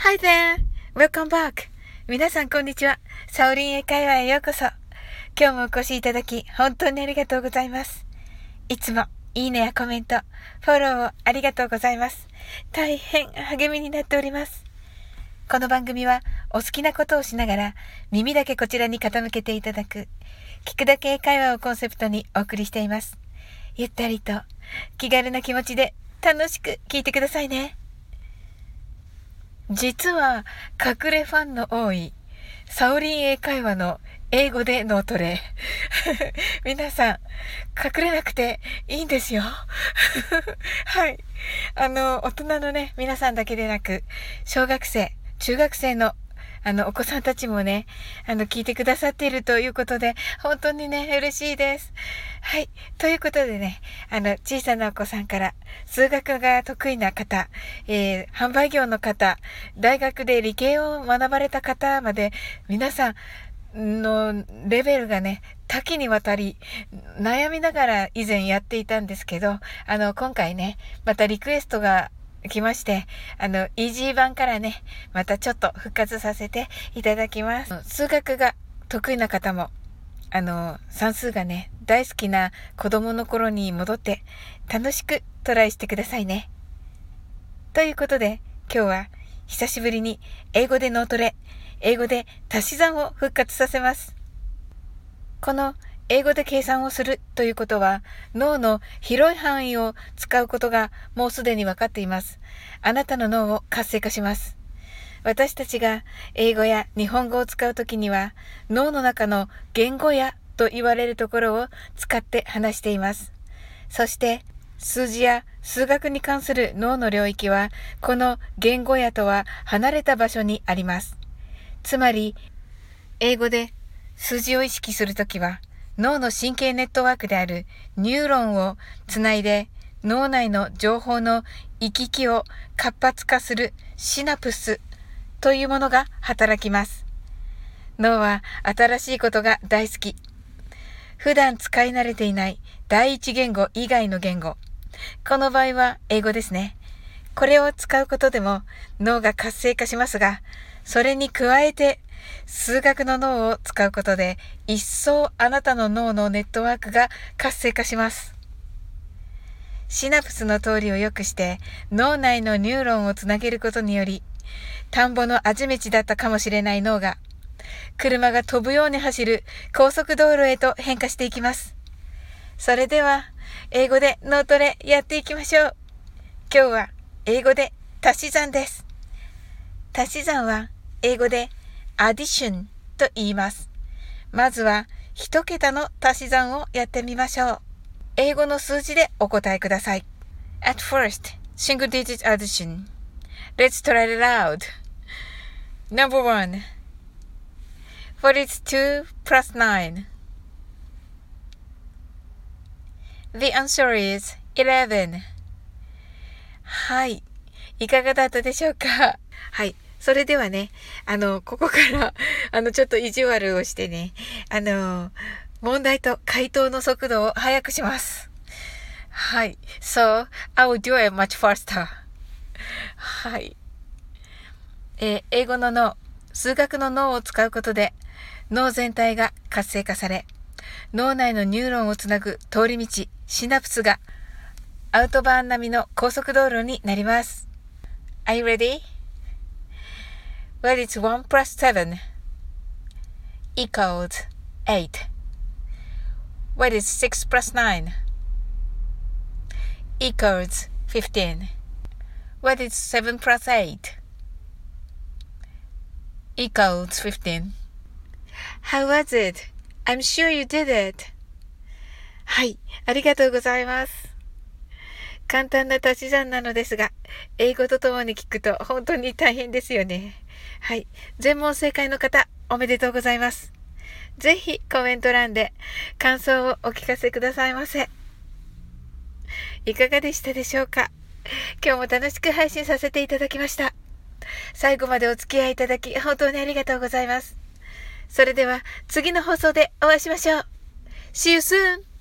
Hi there! Welcome back! 皆さんこんにちは。サオリン英会話へようこそ。今日もお越しいただき、本当にありがとうございます。いつも、いいねやコメント、フォローをありがとうございます。大変励みになっております。この番組は、お好きなことをしながら、耳だけこちらに傾けていただく、聞くだけ英会話をコンセプトにお送りしています。ゆったりと、気軽な気持ちで、楽しく聞いてくださいね。実は隠れファンの多いサオリン英会話の英語で脳トレ皆さん隠れなくていいんですよはい、大人のね皆さんだけでなく小学生中学生のお子さんたちもね、聞いてくださっているということで、本当にね、嬉しいです。はい。ということでね、小さなお子さんから、数学が得意な方、販売業の方、大学で理系を学ばれた方まで、皆さんのレベルがね、多岐にわたり、悩みながら以前やっていたんですけど、今回ね、またリクエストが来まして、イージー版からね、またちょっと復活させていただきます。数学が得意な方も、算数がね、大好きな子供の頃に戻って、楽しくトライしてくださいね。ということで、今日は久しぶりに英語で脳トレ、英語で足し算を復活させます。この英語で計算をするということは脳の広い範囲を使うことがもうすでに分かっています。あなたの脳を活性化します。私たちが英語や日本語を使うときには脳の中の言語野と言われるところを使って話しています。そして数字や数学に関する脳の領域はこの言語野とは離れた場所にあります。つまり英語で数字を意識するときは脳の神経ネットワークであるニューロンをつないで脳内の情報の行き来を活発化するシナプスというものが働きます。脳は新しいことが大好き。普段使い慣れていない第一言語以外の言語。この場合は英語ですね。これを使うことでも脳が活性化しますが、それに加えて数学の脳を使うことで一層あなたの脳のネットワークが活性化します。シナプスの通りを良くして脳内のニューロンをつなげることにより田んぼのあじ道だったかもしれない脳が車が飛ぶように走る高速道路へと変化していきます。それでは英語で脳トレやっていきましょう。今日は英語で足し算です。足し算は英語でaddition と言います。まずは一桁の足し算をやってみましょう。英語の数字でお答えください。At first, single digit addition. Let's try it out. Number 1. What is 2 plus 9? The answer is 11. はい。いかがだったでしょうか？はい。それではね、ここから、ちょっと意地悪をしてね、問題と回答の速度を速くします。はい。So, I will do it much faster. はい。英語の脳、数学の脳を使うことで、脳全体が活性化され、脳内のニューロンをつなぐ通り道、シナプスが、アウトバーン並みの高速道路になります。Are you ready?What is 1 plus 7 equals 8? What is 6 plus 9 equals 15? What is 7 plus 8 equals 15? How was it? I'm sure you did it. はい、ありがとうございます。簡単な足し算なのですが、英語とともに聞くと本当に大変ですよね。はい。全問正解の方、おめでとうございます。ぜひコメント欄で感想をお聞かせくださいませ。いかがでしたでしょうか？今日も楽しく配信させていただきました。最後までお付き合いいただき本当にありがとうございます。それでは次の放送でお会いしましょう。See you soon!